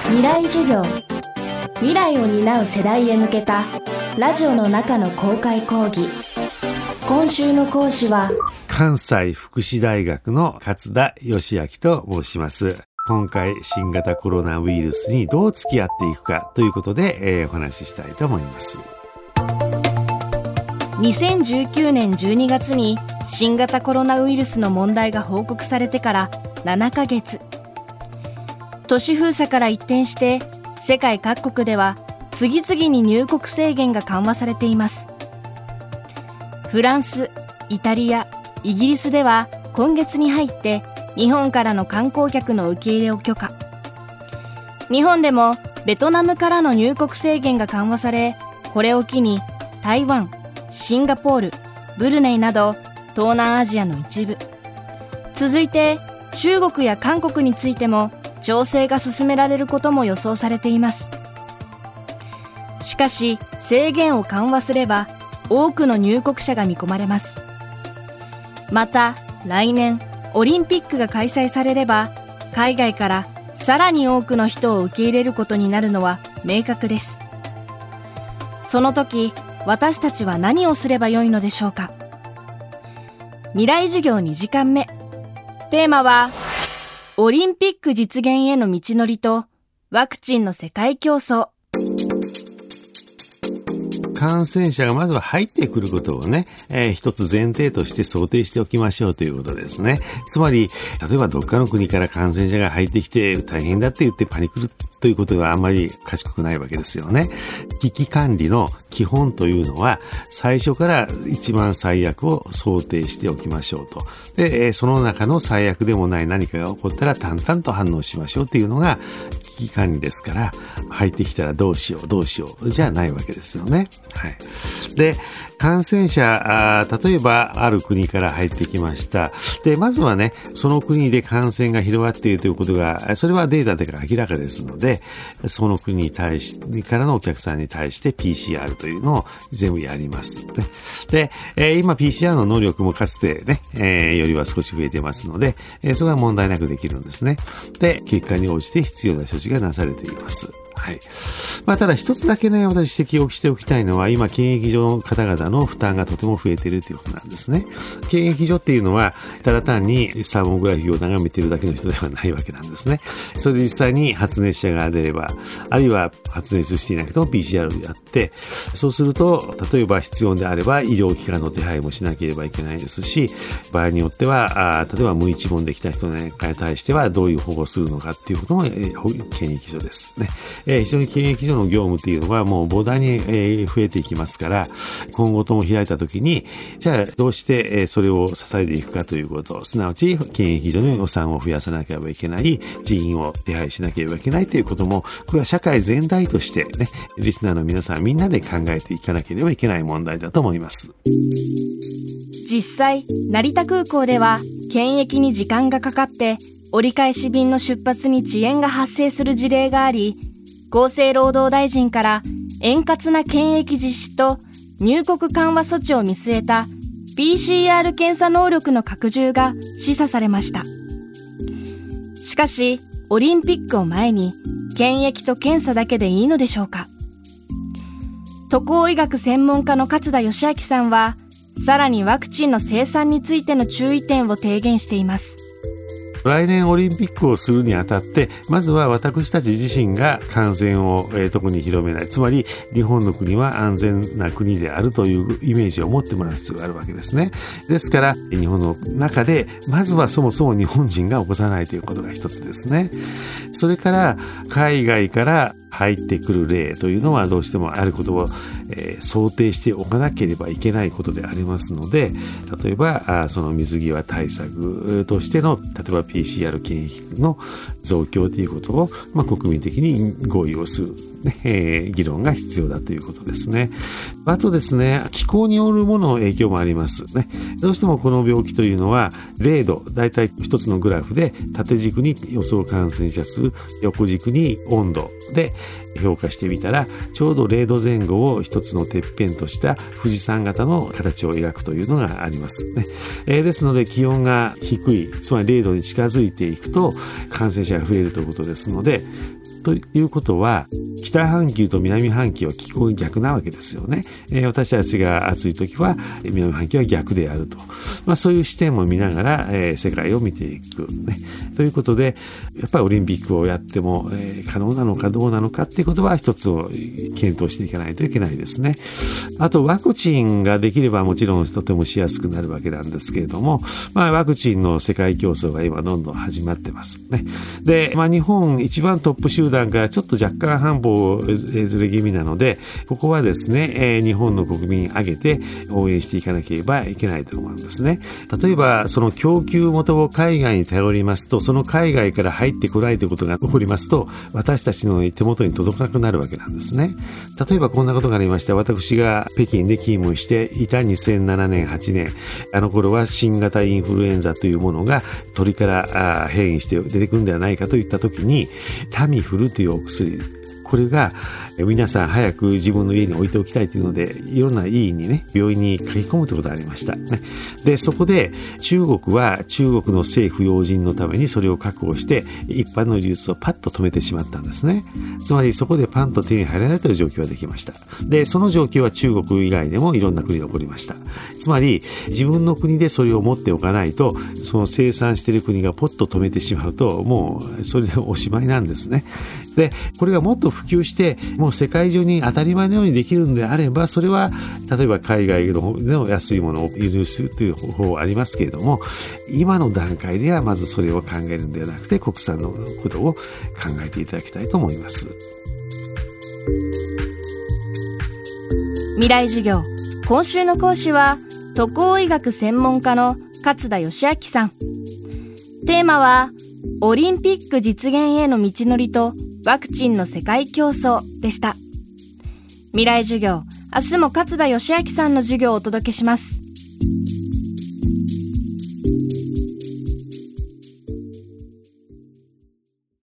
未来授業、未来を担う世代へ向けたラジオの中の公開講義。今週の講師は関西福祉大学の勝田義明と申します。今回新型コロナウイルスにどう付き合っていくかということで、お話ししたいと思います。 2019年12月に新型コロナウイルスの問題が報告されてから7ヶ月。都市封鎖から一転して世界各国では次々に入国制限が緩和されています。フランス、イタリア、イギリスでは今月に入って日本からの観光客の受け入れを許可。日本でもベトナムからの入国制限が緩和され、これを機に台湾、シンガポール、ブルネイなど東南アジアの一部、続いて中国や韓国についても調整が進められることも予想されています。しかし制限を緩和すれば多くの入国者が見込まれます。また来年オリンピックが開催されれば海外からさらに多くの人を受け入れることになるのは明確です。その時私たちは何をすればよいのでしょうか。未来授業2時間目、テーマはオリンピック実現への道のりとワクチンの世界競争。 感染者がまずは入ってくることをね、一つ前提として想定しておきましょうということですね。つまり例えばどっかの国から感染者が入ってきて大変だって言ってパニクるということはあんまり賢くないわけですよね。危機管理の基本というのは最初から一番最悪を想定しておきましょうと。で、その中の最悪でもない何かが起こったら淡々と反応しましょうというのが危機管理ですから、入ってきたらどうしようじゃないわけですよね。はい。で、感染者、例えばある国から入ってきました。で、まずはね、その国で感染が広がっているということが、それはデータで明らかですので、その国に対してからのお客さんに対して PCR というのを全部やります。で、今 PCR の能力もかつてね、よりは少し増えてますので、それは問題なくできるんですね。で、結果に応じて必要な処置がなされています。はい。ただ一つだけね、私指摘をしておきたいのは、今検疫所の方々の負担がとても増えているということなんですね。検疫所っていうのはただ単にサーモグラフィーを眺めているだけの人ではないわけなんですね。それで実際に発熱者が出れば、あるいは発熱していなくても PCR をやって、そうすると例えば必要であれば医療機関の手配もしなければいけないですし、場合によっては例えば無一文で来た人に対してはどういう保護をするのかっていうことも検疫所ですね。非常に検疫所の業務っていうのはもう膨大に増えていきますから、今後とも開いたときに、じゃあどうしてそれを支えていくかということ、すなわち検疫所の予算を増やさなければいけない、人員を手配しなければいけないということも、これは社会全体としてね、リスナーの皆さんみんなで考えていかなければいけない問題だと思います。 実際、成田空港では検疫に時間がかかって折り返し便の出発に遅延が発生する事例があり、厚生労働大臣から円滑な検疫実施と入国緩和措置を見据えた PCR 検査能力の拡充が示唆されました。しかし、オリンピックを前に検疫と検査だけでいいのでしょうか。渡航医学専門家の勝田義明さんは、さらにワクチンの生産についての注意点を提言しています。 来年オリンピックをするにあたって、まずは私たち自身が感染を、特に広めない。つまり、日本の国は安全な国であるというイメージを持ってもらう必要があるわけですね。ですから、日本の中で、まずはそもそも日本人が起こさないということが一つですね。それから、海外から入ってくる例というのはどうしてもあることを、想定しておかなければいけないことでありますので、例えばその水際対策としての例えば PCR 検疫の増強ということを、国民的に合意をする、議論が必要だということですね。あとですね、気候によるものの影響もありますね。どうしてもこの病気というのは0度、だいたい一つのグラフで縦軸に予想感染者数、横軸に温度で評価してみたら、ちょうど0度前後を一つのてっぺんとした富士山型の形を描くというのがありますね。ですので気温が低い、つまり0度に近づいていくと感染者が増えるということですので、 ということは北半球と南半球は気候が逆なわけですよね。私たちが暑い時は南半球は逆であると、そういう視点も見ながら、世界を見ていく、ね、ということでやっぱりオリンピックをやっても、可能なのかどうなのかっていうことは一つを検討していかないといけないですね。あとワクチンができればもちろんとてもしやすくなるわけなんですけれども、ワクチンの世界競争が今どんどん始まってますね。で、日本一番トップ集団がちょっと若干半歩ずれ気味なので、ここはですね、日本の国民挙げて応援していかなければいけないと思うんですね。例えばその供給元を海外に頼りますと、その海外から入ってこないということが起こりますと、私たちの手元に届かなくなるわけなんですね。例えばこんなことがありました。私が北京で勤務していた2007年8年、あの頃は新型インフルエンザというものが鳥から変異して出てくるんではないかといったときに、タミフルというお薬、これが皆さん早く自分の家に置いておきたいというので、いろんな医院にね、病院に駆け込むということがありました、ね。で、そこで中国は中国の政府要人のためにそれを確保して一般の流通をパッと止めてしまったんですね。つまりそこでパンと手に入らないという状況ができました。で、その状況は中国以外でもいろんな国で起こりました。つまり自分の国でそれを持っておかないと、その生産している国がポッと止めてしまうと、もうそれでおしまいなんですね。で、これがもっと普及してもう世界中に当たり前のようにできるんであれば、それは例えば海外の安いものを輸入するという方法はありますけれども、今の段階ではまずそれを考えるんではなくて、国産のことを考えていただきたいと思います。 未来授業、今週の講師は渡航医学専門家の勝田義明さん。テーマはオリンピック実現への道のりとワクチンの世界競争でした。未来授業、明日も勝田義明さんの授業をお届けします。